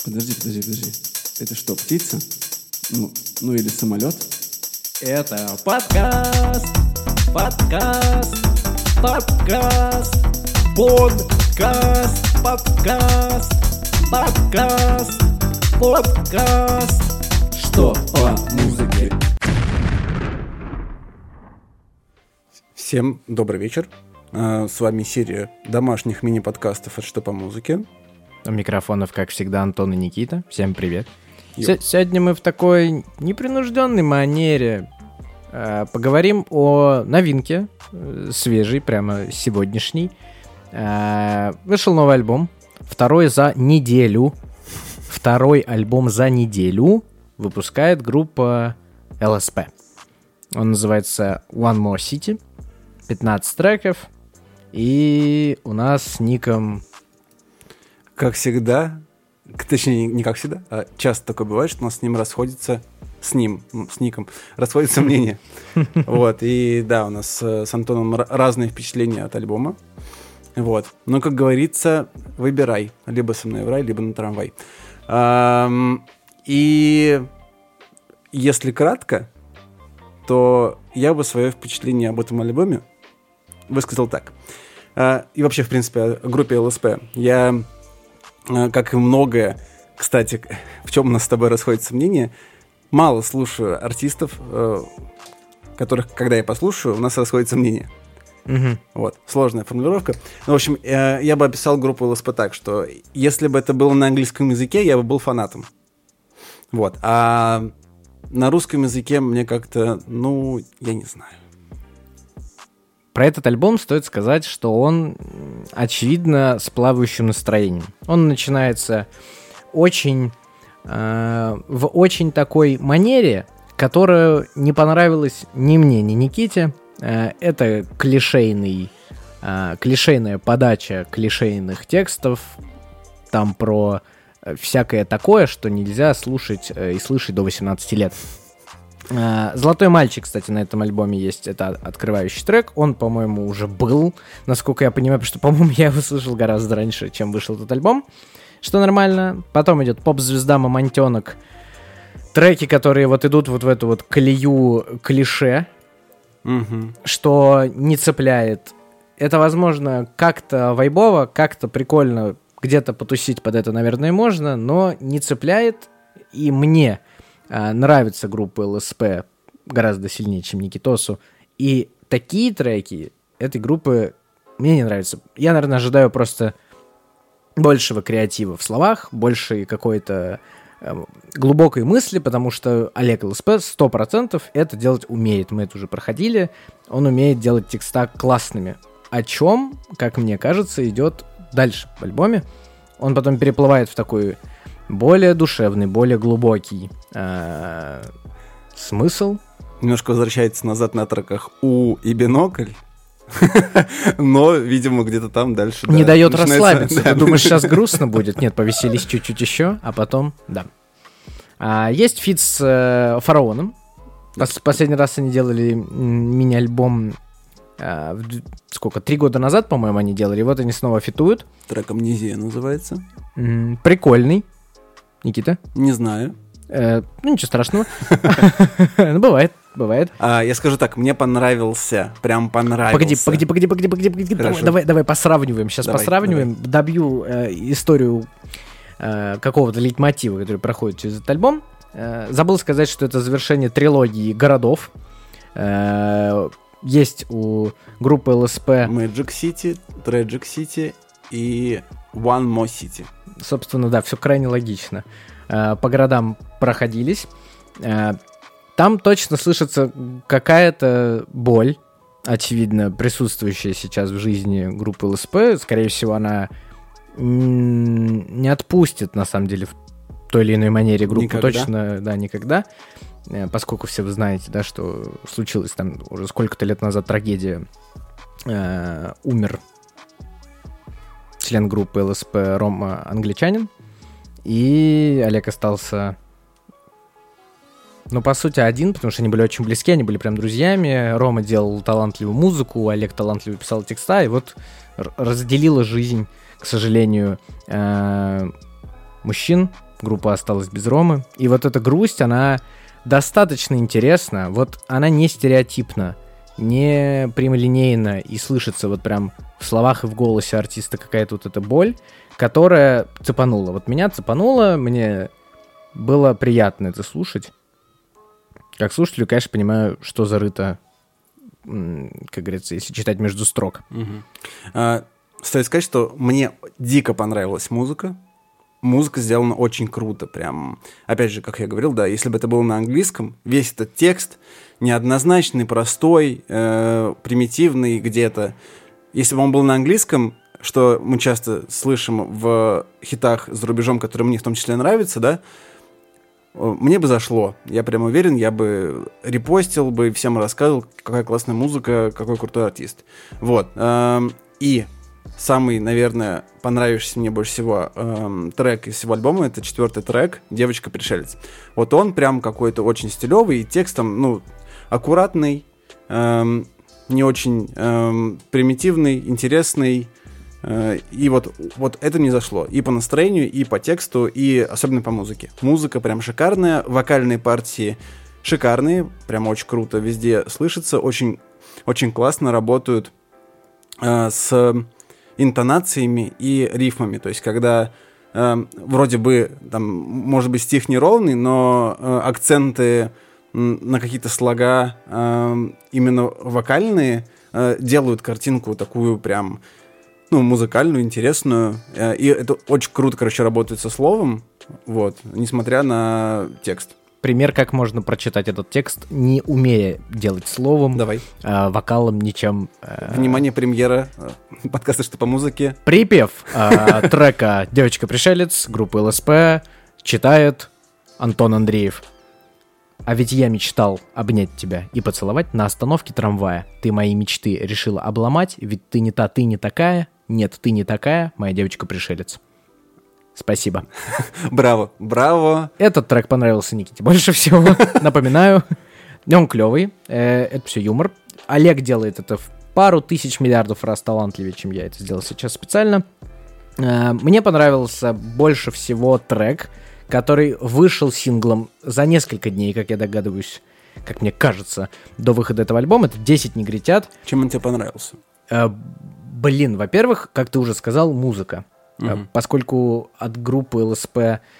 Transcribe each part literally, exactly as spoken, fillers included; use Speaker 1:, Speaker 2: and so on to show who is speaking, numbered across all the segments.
Speaker 1: Подожди, подожди, подожди. Это что, птица? Ну, ну или самолет?
Speaker 2: Это подкаст, подкаст, подкаст, подкаст, подкаст, подкаст, подкаст. Что по музыке?
Speaker 3: Всем добрый вечер. С вами серия домашних мини-подкастов от «Что по музыке».
Speaker 2: У микрофонов, как всегда, Антон и Никита. Всем привет. С- сегодня мы в такой непринужденной манере э, поговорим о новинке, э, свежей, прямо сегодняшней. Э, вышел новый альбом, второй за неделю. Второй альбом за неделю выпускает группа эл эс пи. Он называется One More City, пятнадцать треков, и у нас с ником...
Speaker 3: Как всегда, точнее, не как всегда, а часто такое бывает, что у нас с ним расходится, с ним, ну, с ником, расходится мнение. Вот, и да, у нас с Антоном разные впечатления от альбома. Вот, но, как говорится, выбирай, либо со мной в рай, либо на трамвай. И если кратко, то я бы свое впечатление об этом альбоме высказал так. И вообще, в принципе, о группе эл эс пи. Я... Как и многое, кстати, в чем у нас с тобой расходится мнение, мало слушаю артистов, которых, когда я послушаю, у нас расходится мнение.
Speaker 2: Mm-hmm.
Speaker 3: Вот, сложная формулировка. Ну, в общем, я бы описал группу эл эс пи так, что если бы это было на английском языке, я бы был фанатом. Вот, а на русском языке мне как-то, ну, я не знаю.
Speaker 2: Про этот альбом стоит сказать, что он, очевидно, с плавающим настроением. Он начинается очень, э, в очень такой манере, которая не понравилась ни мне, ни Никите. Э, это клишейный, э, клишейная подача клишейных текстов, там про всякое такое, что нельзя слушать э, и слышать до восемнадцати лет. «Золотой мальчик», кстати, на этом альбоме есть, это открывающий трек, он, по-моему, уже был, насколько я понимаю, потому что, по-моему, я его слышал гораздо раньше, чем вышел этот альбом, что нормально. Потом идет «Поп-звезда Мамонтенок», треки, которые вот идут вот в эту вот колею клише,
Speaker 3: угу.
Speaker 2: Что не цепляет. Это, возможно, как-то вайбово, как-то прикольно, где-то потусить под это, наверное, можно, но не цепляет, и мне... нравится группа эл эс пи гораздо сильнее, чем Никитосу. И такие треки этой группы мне не нравятся. Я, наверное, ожидаю просто большего креатива в словах, большей какой-то э, глубокой мысли, потому что Олег эл эс пи сто процентов это делать умеет. Мы это уже проходили. Он умеет делать текста классными. О чем, как мне кажется, идет дальше в альбоме. Он потом переплывает в такой... более душевный, более глубокий э, смысл.
Speaker 3: Немножко возвращается назад на треках «У» и «Бинокль», но, видимо, где-то там дальше...
Speaker 2: Не
Speaker 3: да,
Speaker 2: дает
Speaker 3: начинается...
Speaker 2: расслабиться.
Speaker 3: Да.
Speaker 2: Ты думаешь, сейчас грустно будет? Нет, повеселись чуть-чуть еще, а потом, да. А, есть фит с э, Фараоном. Пос- последний раз они делали мини-альбом э, в, сколько, три года назад, по-моему, они делали. И вот они снова фитуют.
Speaker 3: Трек «Амнезия» называется.
Speaker 2: М-м, прикольный. Никита?
Speaker 3: Не знаю.
Speaker 2: Э, ну, ничего страшного. Ну, бывает, бывает.
Speaker 3: А, я скажу так, мне понравился, прям понравился.
Speaker 2: Погоди, погоди, погоди, погоди, погоди, погоди. Давай, давай, давай посравниваем. Сейчас
Speaker 3: Давай,
Speaker 2: посравниваем.
Speaker 3: давай.
Speaker 2: Добью э, историю э, какого-то лейтмотива, который проходит через этот альбом. Э, забыл сказать, что это завершение трилогии городов. Э, есть у группы эл эс пи...
Speaker 3: Magic City, Tragic City и One More City.
Speaker 2: Собственно, да, все крайне логично. Э, по городам проходились. Э, там точно слышится какая-то боль, очевидно, присутствующая сейчас в жизни группы эл эс пи. Скорее всего, она м- не отпустит, на самом деле, в той или иной манере группу.
Speaker 3: Никогда.
Speaker 2: Точно, да, никогда. Э, поскольку все вы знаете, да, что случилось там уже сколько-то лет назад трагедия. Э, умер член группы эл эс пи Рома Англичанин, и Олег остался, ну, по сути, один, потому что они были очень близки, они были прям друзьями. Рома делал талантливую музыку, Олег талантливо писал текста, и вот разделила жизнь, к сожалению, мужчин группа осталась без Ромы. И вот эта грусть, она достаточно интересна. Вот она не стереотипна, не прямолинейна и слышится вот прям в словах и в голосе артиста какая-то вот эта боль, которая цепанула. Вот меня цепанула, мне было приятно это слушать. Как слушателю, конечно, понимаю, что зарыто, как говорится, если читать между строк.
Speaker 3: Угу. А, стоит сказать, что мне дико понравилась музыка. Музыка сделана очень круто, прям. Опять же, как я говорил, да, если бы это было на английском, весь этот текст неоднозначный, простой, э, примитивный где-то. Если бы он был на английском, что мы часто слышим в хитах за рубежом, которые мне в том числе нравятся, да, мне бы зашло. Я прям уверен, я бы репостил бы, всем рассказывал, какая классная музыка, какой крутой артист. Вот. И самый, наверное, понравившийся мне больше всего эм, трек из всего альбома — это четвертый трек «Девочка-пришелец». Вот он прям какой-то очень стилевый, и текстом, ну, аккуратный, эм, не очень эм, примитивный, интересный. И вот, вот это не зашло. И по настроению, и по тексту, и особенно по музыке. Музыка прям шикарная, вокальные партии шикарные, прям очень круто везде слышится, очень, очень классно работают э, с интонациями и рифмами. То есть, когда э, вроде бы, там, может быть, стих неровный, но э, акценты на какие-то слога э, именно вокальные э, делают картинку такую прям... ну, музыкальную, интересную. И это очень круто, короче, работает со словом, вот, несмотря на текст.
Speaker 2: Пример, как можно прочитать этот текст, не умея делать словом,
Speaker 3: Давай.
Speaker 2: Э, вокалом, ничем. Э...
Speaker 3: Внимание, премьера подкаста «Что по музыке».
Speaker 2: Припев э, трека «Девочка-пришелец» группы ЛСП читает Антон Андреев. А ведь я мечтал обнять тебя и поцеловать на остановке трамвая. Ты мои мечты решила обломать, ведь ты не та, ты не такая. Нет, ты не такая, моя девочка-пришелец. Спасибо.
Speaker 3: Браво, браво.
Speaker 2: Этот трек понравился Никите больше всего. Напоминаю, он клевый, это все юмор. Олег делает это в пару тысяч миллиардов раз талантливее, чем я это сделал сейчас специально. Мне понравился больше всего трек, который вышел синглом за несколько дней, как я догадываюсь, как мне кажется, до выхода этого альбома. Это «десять негритят».
Speaker 3: Чем он тебе понравился?
Speaker 2: Э, блин, во-первых, как ты уже сказал, музыка.
Speaker 3: Угу.
Speaker 2: Э, поскольку от группы ЛСП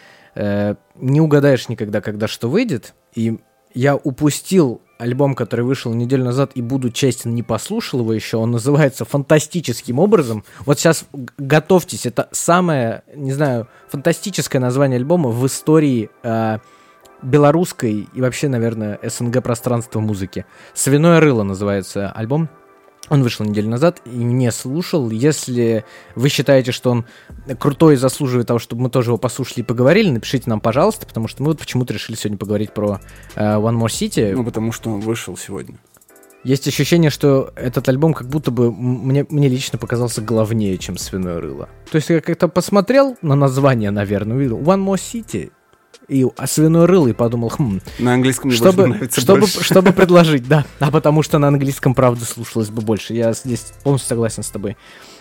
Speaker 2: э, не угадаешь никогда, когда что выйдет, и я упустил альбом, который вышел неделю назад, и, буду честен, не послушал его еще. Он называется «Фантастическим образом». Вот сейчас готовьтесь, это самое, не знаю, фантастическое название альбома в истории э, белорусской и вообще, наверное, СНГ пространства музыки. «Свиное рыло» называется альбом. Он вышел неделю назад и не слушал. Если вы считаете, что он крутой и заслуживает того, чтобы мы тоже его послушали и поговорили, напишите нам, пожалуйста, потому что мы вот почему-то решили сегодня поговорить про uh, One More City.
Speaker 3: Ну, потому что он вышел сегодня.
Speaker 2: Есть ощущение, что этот альбом как будто бы мне, мне лично показался главнее, чем «Свиное рыло». То есть я как-то посмотрел на название, наверное, увидел One More City и а «Свиное рыло» и подумал, хм,
Speaker 3: на английском мне
Speaker 2: чтобы,
Speaker 3: нравится
Speaker 2: чтобы,
Speaker 3: больше.
Speaker 2: чтобы предложить, да. А потому что на английском, правда, слушалось бы больше. Я здесь полностью согласен с тобой.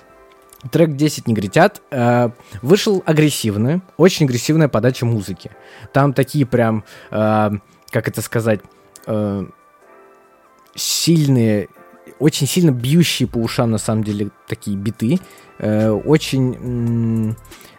Speaker 2: Трек «десять негритят» э, вышел агрессивный, очень агрессивная подача музыки. Там такие прям, э, как это сказать, э, сильные, очень сильно бьющие по ушам, на самом деле, такие биты. Э, очень... М-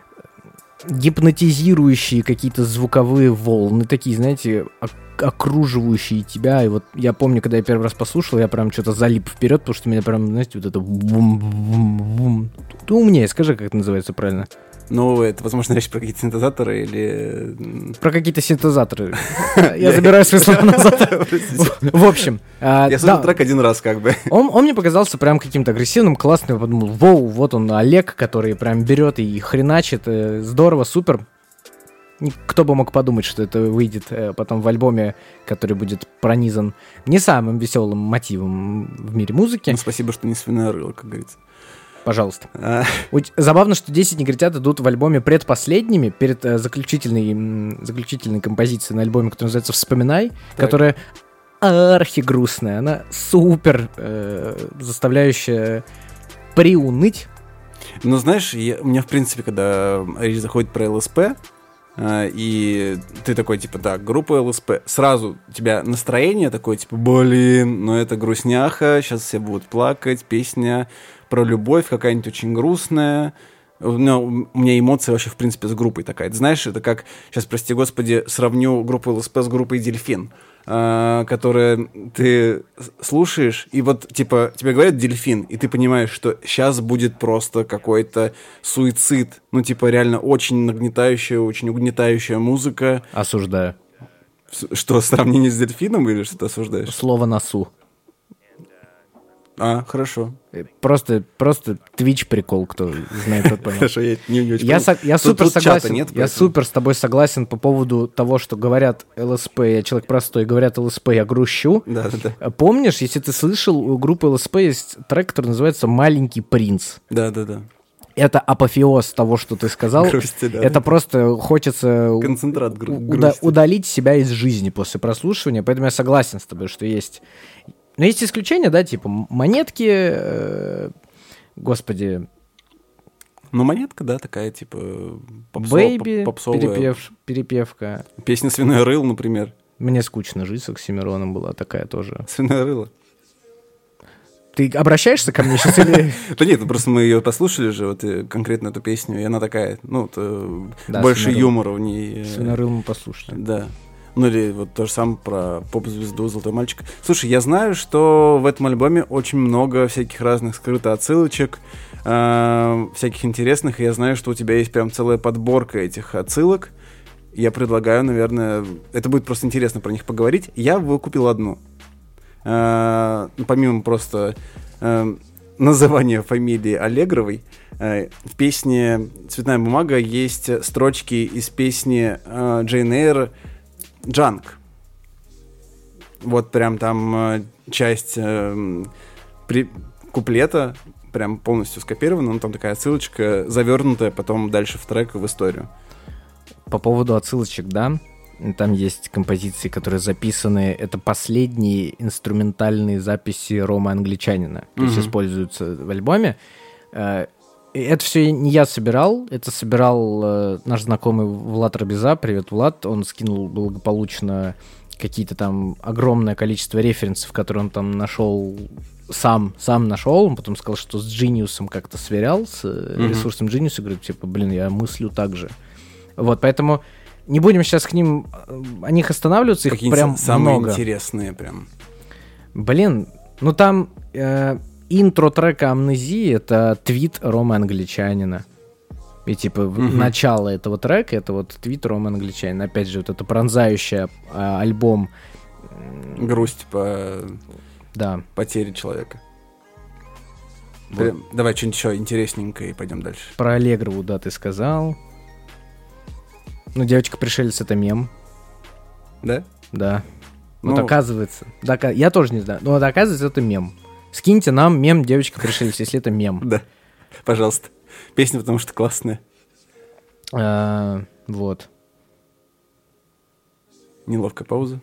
Speaker 2: гипнотизирующие какие-то звуковые волны, такие, знаете, окруживающие тебя. И вот я помню, когда я первый раз послушал, я прям что-то залип вперед, потому что меня прям, знаете, вот это бум-бум-бум. Ты умнее, скажи, как это называется правильно.
Speaker 3: Ну, это, возможно, речь про какие-то синтезаторы или...
Speaker 2: Про какие-то синтезаторы. Я забираю свои слова назад. В общем.
Speaker 3: Я слышал трек один раз, как бы.
Speaker 2: Он мне показался прям каким-то агрессивным, классным. Я подумал, воу, вот он, Олег, который прям берет и хреначит. Здорово, супер. Кто бы мог подумать, что это выйдет потом в альбоме, который будет пронизан не самым веселым мотивом в мире музыки.
Speaker 3: Ну, спасибо, что не «Свиное рыло», как говорится.
Speaker 2: Пожалуйста.
Speaker 3: А...
Speaker 2: Забавно, что десять негритят идут в альбоме предпоследними, перед э, заключительной, заключительной композицией на альбоме, которая называется «Вспоминай», так. которая архигрустная, она супер э, заставляющая приуныть.
Speaker 3: Ну, знаешь, я, у меня, в принципе, когда речь заходит про ЛСП, э, и ты такой, типа, так, группа эл эс пэ. Сразу у тебя настроение такое, типа, блин, ну это грустняха, сейчас все будут плакать, песня про любовь какая-нибудь очень грустная. Ну, у меня эмоции вообще, в принципе, с группой такая. Ты знаешь, это как, сейчас, прости господи, сравню группу эл эс пэ с группой «Дельфин», э, которая ты слушаешь, и вот, типа, тебе говорят «Дельфин», и ты понимаешь, что сейчас будет просто какой-то суицид. Ну, типа, реально очень нагнетающая, очень угнетающая музыка.
Speaker 2: Осуждаю.
Speaker 3: Что, сравнение с «Дельфином» или что ты осуждаешь?
Speaker 2: Слово «носу».
Speaker 3: А, хорошо.
Speaker 2: Просто, просто Twitch прикол, кто знает, тот понял.
Speaker 3: Хорошо, я не, не очень
Speaker 2: Я,
Speaker 3: понял.
Speaker 2: со, я
Speaker 3: Тут-
Speaker 2: супер
Speaker 3: тут чата
Speaker 2: согласен.
Speaker 3: нет,
Speaker 2: я
Speaker 3: поэтому-
Speaker 2: супер с тобой согласен по поводу того, что говорят эл эс пэ, я человек простой, говорят эл эс пэ, я грущу.
Speaker 3: Да, да, да.
Speaker 2: Помнишь, если ты слышал, у группы эл эс пэ есть трек, который называется «Маленький принц».
Speaker 3: Да, да, да.
Speaker 2: Это апофеоз того, что ты сказал.
Speaker 3: Грусти, да.
Speaker 2: Это просто хочется у-
Speaker 3: Концентрат гру-
Speaker 2: у- уда-
Speaker 3: грусти.
Speaker 2: удалить себя из жизни после прослушивания, поэтому я согласен с тобой, что есть... Но есть исключения, да, типа монетки, э, господи,
Speaker 3: Ну, монетка, да, такая, типа, попсо-
Speaker 2: Бэйби,
Speaker 3: поп- попсовая.
Speaker 2: перепев, перепевка.
Speaker 3: Песня «Свиное рыло», например.
Speaker 2: Мне скучно жить с Оксимироном была такая тоже.
Speaker 3: «Свиное рыло».
Speaker 2: Ты обращаешься ко мне сейчас или...
Speaker 3: Да нет, ну просто мы ее послушали же, вот э, конкретно эту песню, и она такая, ну, то,
Speaker 2: Да,
Speaker 3: больше
Speaker 2: «Свиное рыло».
Speaker 3: юмора в ней. э,
Speaker 2: Свинорыл мы послушали.
Speaker 3: Да. Ну или вот то же самое про поп-звезду «Золотой мальчик». Слушай, я знаю, что в этом альбоме очень много всяких разных скрытых отсылочек, э, всяких интересных, и я знаю, что у тебя есть прям целая подборка этих отсылок. Я предлагаю, наверное, это будет просто интересно про них поговорить. Я выкупил одну. Э, ну, помимо просто э, называния фамилии Аллегровой, э, в песне «Цветная бумага» есть строчки из песни э, Джейн Эйр «Джанк». Вот прям там э, часть э, при, куплета прям полностью скопирована, но там такая отсылочка, завернутая потом дальше в трек, в историю.
Speaker 2: По поводу отсылочек, да, там есть композиции, которые записаны, это последние инструментальные записи Ромы Англичанина, то есть
Speaker 3: Мгм.
Speaker 2: используются в альбоме. Э, и это все не я собирал, это собирал э, наш знакомый Влад Рабиза, привет, Влад, он скинул благополучно какие-то там огромное количество референсов, которые он там нашел, сам, сам нашел, он потом сказал, что с Genius как-то сверял, с э,
Speaker 3: Мгм.
Speaker 2: ресурсом Genius, и говорит, типа, блин, я мыслю так же. Вот, поэтому не будем сейчас к ним, э, о них останавливаться, их
Speaker 3: Какие-нибудь
Speaker 2: прям
Speaker 3: самые
Speaker 2: много.
Speaker 3: интересные прям.
Speaker 2: Блин, ну там э, интро трека «Амнезии» — это твит Ромы Англичанина. И типа в-
Speaker 3: Мгм.
Speaker 2: начало этого трека — это вот твит Ромы Англичанина. Опять же, вот это пронзающий а, альбом. м,
Speaker 3: Грусть по
Speaker 2: Да.
Speaker 3: потере человека.
Speaker 2: Вот.
Speaker 3: Прям- Давай что-нибудь еще интересненькое и пойдем дальше.
Speaker 2: Про Аллегрову, да, ты сказал. Ну, девочка-пришелец — это мем,
Speaker 3: Да?
Speaker 2: да. Вот
Speaker 3: Ну,
Speaker 2: оказывается. Да, ока- я тоже не знаю. Но вот оказывается, это мем. Скиньте нам мем «Девочка-пришелец», если это мем.
Speaker 3: Да. Пожалуйста. Песня, потому что классная.
Speaker 2: А, Вот.
Speaker 3: Неловкая пауза.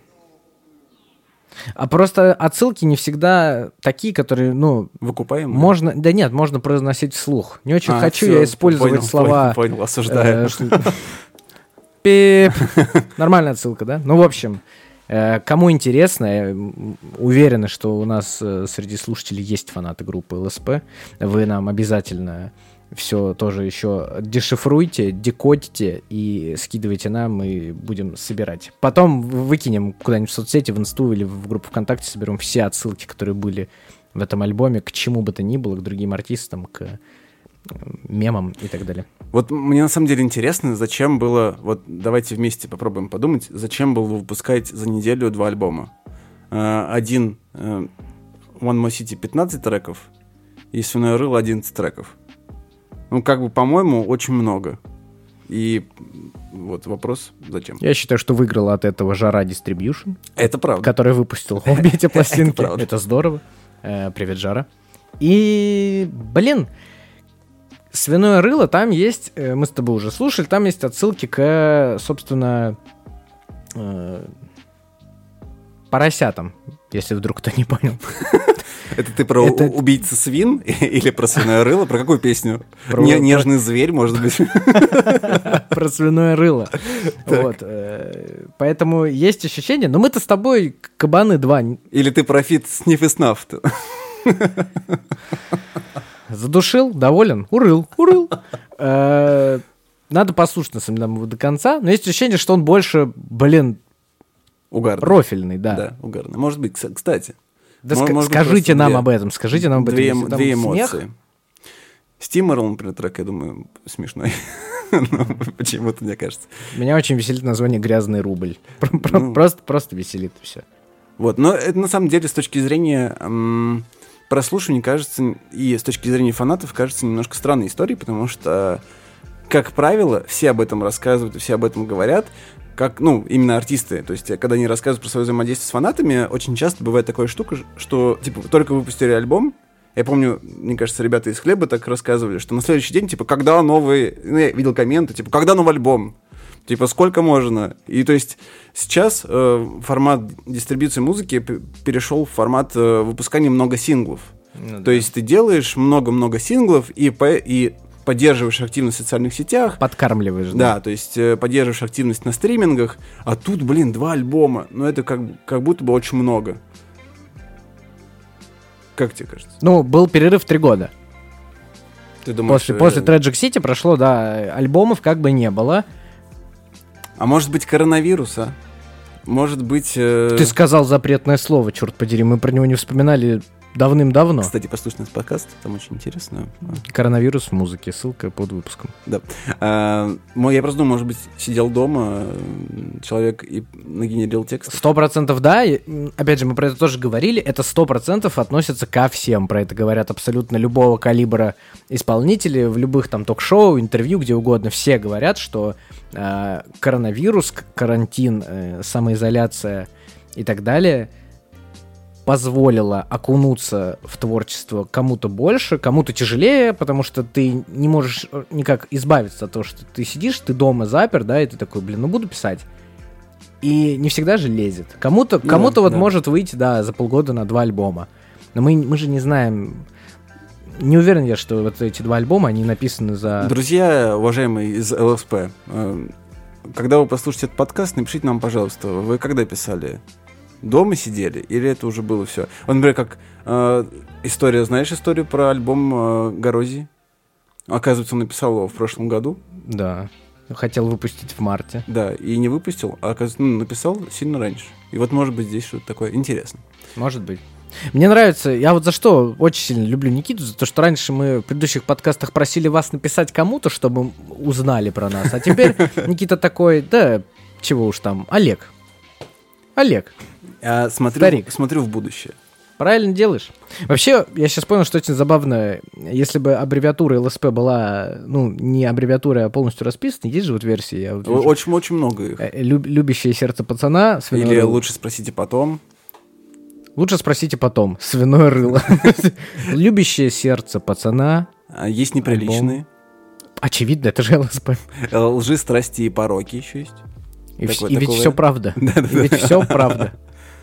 Speaker 2: А просто отсылки не всегда такие, которые, ну,
Speaker 3: Выкупаемая.
Speaker 2: можно... Да нет, можно произносить вслух. Не очень
Speaker 3: А,
Speaker 2: хочу
Speaker 3: всё,
Speaker 2: я использовать
Speaker 3: понял,
Speaker 2: слова...
Speaker 3: Понял, понял, осуждаю.
Speaker 2: э, что- Пип. Нормальная отсылка, да? Ну, в общем, э, кому интересно, я м, уверен, что у нас э, среди слушателей есть фанаты группы эл эс пэ. Вы нам обязательно все тоже еще дешифруйте, декодьте и скидывайте нам, и будем собирать. Потом выкинем куда-нибудь в соцсети, в инсту или в группу ВКонтакте, соберем все отсылки, которые были в этом альбоме, к чему бы то ни было, к другим артистам, к э, мемам и так далее.
Speaker 3: Вот мне на самом деле интересно, зачем было, вот давайте вместе попробуем подумать, зачем было выпускать за неделю два альбома. Э, Один э, One More City пятнадцать треков и «Свиное рыло» одиннадцать треков. Ну, как бы, по-моему, очень много. И вот вопрос, зачем?
Speaker 2: Я считаю, что выиграла от этого Жара Distribution,
Speaker 3: Это правда.
Speaker 2: который выпустил обе эти пластинки.
Speaker 3: Это правда.
Speaker 2: Это здорово. Э, Привет, Жара. И, блин, «Свиное рыло», там есть, э, мы с тобой уже слушали, там есть отсылки к, собственно, э, поросятам, если вдруг кто не понял.
Speaker 3: Это ты про
Speaker 2: Это-
Speaker 3: у- убийца свин или про свиное рыло? Про какую песню?
Speaker 2: Про-
Speaker 3: Не- Нежный зверь, может быть.
Speaker 2: Про свиное рыло. Вот. э, Поэтому есть ощущение. Но мы-то с тобой кабаны два
Speaker 3: Или ты про фит сниф и снаф?
Speaker 2: задушил, доволен, урыл, урыл. Э, Надо послушать, на самом деле, его до конца. Но есть ощущение, что он больше, блин,
Speaker 3: Угарно.
Speaker 2: профильный, да.
Speaker 3: Да, угарно. Может быть, кс- кстати.
Speaker 2: Да
Speaker 3: Мо-
Speaker 2: ска-
Speaker 3: может быть,
Speaker 2: скажите
Speaker 3: просто
Speaker 2: нам
Speaker 3: две-
Speaker 2: об этом, скажите нам об этом.
Speaker 3: Две,
Speaker 2: Если
Speaker 3: эмо-
Speaker 2: там
Speaker 3: две
Speaker 2: смех,
Speaker 3: эмоции. Стимерл, например, трек, я думаю, смешной. Ну, почему-то, мне кажется.
Speaker 2: меня очень веселит название «Грязный рубль». Про- про-
Speaker 3: Ну.
Speaker 2: Просто, просто веселит все.
Speaker 3: Вот, но это на самом деле с точки зрения м, прослушивания кажется, и с точки зрения фанатов кажется немножко странной историей, потому что, как правило, все об этом рассказывают и все об этом говорят, как, ну, именно артисты. То есть, когда они рассказывают про свое взаимодействие с фанатами, очень часто бывает такая штука, что, типа, только выпустили альбом. Я помню, мне кажется, ребята из «Хлеба» так рассказывали, что на следующий день, типа, когда новый... Ну, я видел комменты, типа, когда новый альбом? Типа, сколько можно? И то есть сейчас э, формат дистрибьюции музыки п- перешел в формат э, выпускания много синглов.
Speaker 2: Ну
Speaker 3: То есть ты делаешь много-много синглов и, по- и поддерживаешь активность в социальных сетях.
Speaker 2: Подкармливаешь,
Speaker 3: Да, то есть э, поддерживаешь активность на стримингах, а тут, блин, два альбома. Ну, это как, как будто бы очень много. Как тебе кажется?
Speaker 2: Ну, был перерыв три года.
Speaker 3: Ты думаешь,
Speaker 2: После,
Speaker 3: э,
Speaker 2: после Tragic City прошло, да, альбомов как бы не было.
Speaker 3: А может быть, коронавирус, а? Может быть... э,
Speaker 2: Ты сказал запретное слово, черт подери, мы про него не вспоминали давным-давно.
Speaker 3: Кстати, послушай наш подкаст, там очень интересно.
Speaker 2: Коронавирус в музыке, ссылка под выпуском.
Speaker 3: А, мой- я просто думаю, может быть, сидел дома м, человек и нагенерил текст.
Speaker 2: Сто процентов да, и, м, опять же, мы про это тоже говорили, это сто процентов относится ко всем, про это говорят абсолютно любого калибра исполнители, в любых там ток-шоу, интервью, где угодно, все говорят, что э, коронавирус, к- карантин, э, самоизоляция и так далее позволила окунуться в творчество кому-то больше, кому-то тяжелее, потому что ты не можешь э, никак избавиться от того, что ты сидишь, ты дома запер, да, и ты такой, блин, ну буду писать. И не всегда же лезет. Кому-то,
Speaker 3: Ну
Speaker 2: кому-то
Speaker 3: да,
Speaker 2: вот
Speaker 3: да.
Speaker 2: может выйти, да, за полгода на два альбома. Но мы, мы же не знаем... Не уверен я, что вот эти два альбома, они написаны за...
Speaker 3: Друзья, уважаемые из эл эс пэ, э, когда вы послушаете этот подкаст, напишите нам, пожалуйста, вы когда писали? Дома сидели? Или это уже было все? Вот, например, как э, история, знаешь историю про альбом э, Горозии? Оказывается, он написал его в прошлом году.
Speaker 2: Да. Хотел выпустить в марте.
Speaker 3: Да, и не выпустил, а оказывается, ну, написал сильно раньше. И вот, может быть, здесь что-то такое интересно.
Speaker 2: Может быть. Мне нравится, я вот за что очень сильно люблю Никиту, за то, что раньше мы в предыдущих подкастах просили вас написать кому-то, чтобы узнали про нас, а теперь Никита такой, да, чего уж там, Олег. Олег,
Speaker 3: А смотрю,
Speaker 2: Старик.
Speaker 3: смотрю в будущее.
Speaker 2: правильно делаешь. Вообще, я сейчас понял, что очень забавно, если бы аббревиатура эл эс пэ была, ну, не аббревиатура, а полностью расписана, есть же вот версии, я вот вижу.
Speaker 3: Очень-очень много их.
Speaker 2: Э, люб- любящее сердце пацана, свиное
Speaker 3: Или
Speaker 2: рыло.
Speaker 3: лучше спросите потом.
Speaker 2: Лучше спросите потом, свиное рыло. Любящее сердце пацана.
Speaker 3: А есть неприличные.
Speaker 2: Очевидно, это же эл эс пэ.
Speaker 3: Э, Лжи, страсти и пороки еще есть.
Speaker 2: И,
Speaker 3: Такой-
Speaker 2: вс- и ведь
Speaker 3: такой
Speaker 2: все
Speaker 3: вариант.
Speaker 2: правда.
Speaker 3: Да-да-да.
Speaker 2: И ведь все правда.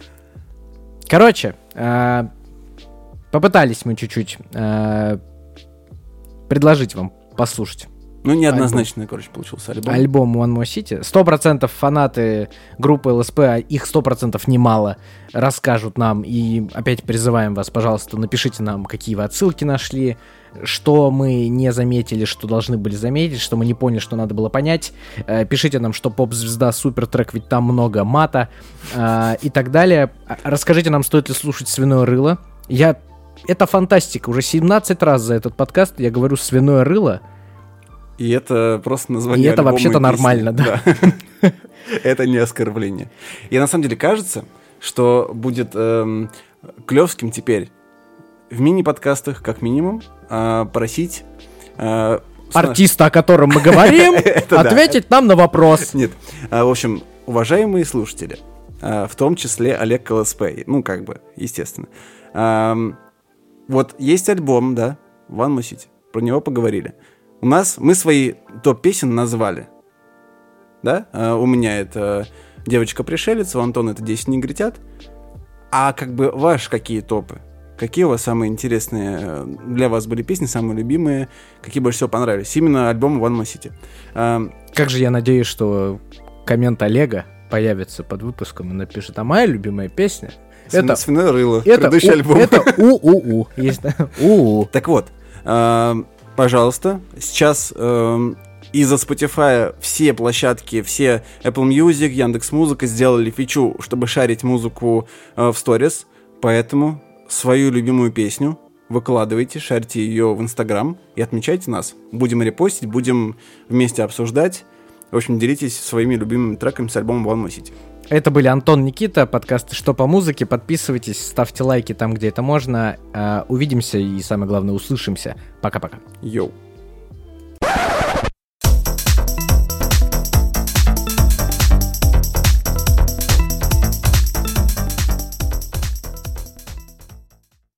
Speaker 2: Короче, э, попытались мы чуть-чуть э, предложить вам послушать
Speaker 3: Ну, неоднозначный, короче, получился альбом.
Speaker 2: альбом One More City. Сто процентов фанаты группы эл эс пэ, а их сто процентов немало, расскажут нам. И опять призываем вас, пожалуйста, напишите нам, какие вы отсылки нашли, что мы не заметили, что должны были заметить, что мы не поняли, что надо было понять. Э, Пишите нам, что поп-звезда супер трек, ведь там много мата э, и так далее. А- Расскажите нам, стоит ли слушать «Свиное рыло». Я... Это фантастика. Уже семнадцать раз за этот подкаст я говорю «Свиное рыло».
Speaker 3: И это просто название
Speaker 2: И это
Speaker 3: альбома
Speaker 2: вообще-то
Speaker 3: песни.
Speaker 2: нормально, да.
Speaker 3: Это не оскорбление. И на самом деле кажется, что будет эм, клевским теперь в мини-подкастах, как минимум, э, просить... э, с наш-
Speaker 2: Артиста, о котором мы говорим,
Speaker 3: Это да.
Speaker 2: ответить нам на вопрос.
Speaker 3: Нет. А, в общем, уважаемые слушатели, а, в том числе Олег ка эл эс пэ, ну, как бы, естественно. Ам, вот есть альбом, да, One More City, про него поговорили. У нас, мы свои топ-песен назвали, да? А, у меня это «Девочка-пришелец», у Антона это «десять негритят». А как бы ваши какие топы? какие у вас самые интересные для вас были песни, самые любимые, какие больше всего понравились. Именно альбом One More City. А,
Speaker 2: Как же я надеюсь, что коммент Олега появится под выпуском и напишет: а моя любимая песня — это
Speaker 3: «Свиное рыло»,
Speaker 2: это
Speaker 3: предыдущий
Speaker 2: у,
Speaker 3: альбом.
Speaker 2: Это у-у-у. Есть у-у.
Speaker 3: Так вот, э, пожалуйста, сейчас э, из-за Spotify все площадки, все Apple Music, Яндекс.Музыка сделали фичу, чтобы шарить музыку э, в сторис, поэтому свою любимую песню выкладывайте, шарьте ее в Инстаграм и отмечайте нас. Будем репостить, будем вместе обсуждать. В общем, делитесь своими любимыми треками с альбомом One More City.
Speaker 2: Это были Антон, Никита, подкаст «Что по музыке». Подписывайтесь, ставьте лайки там, где это можно. Увидимся и, самое главное, услышимся. Пока-пока.
Speaker 3: Йоу.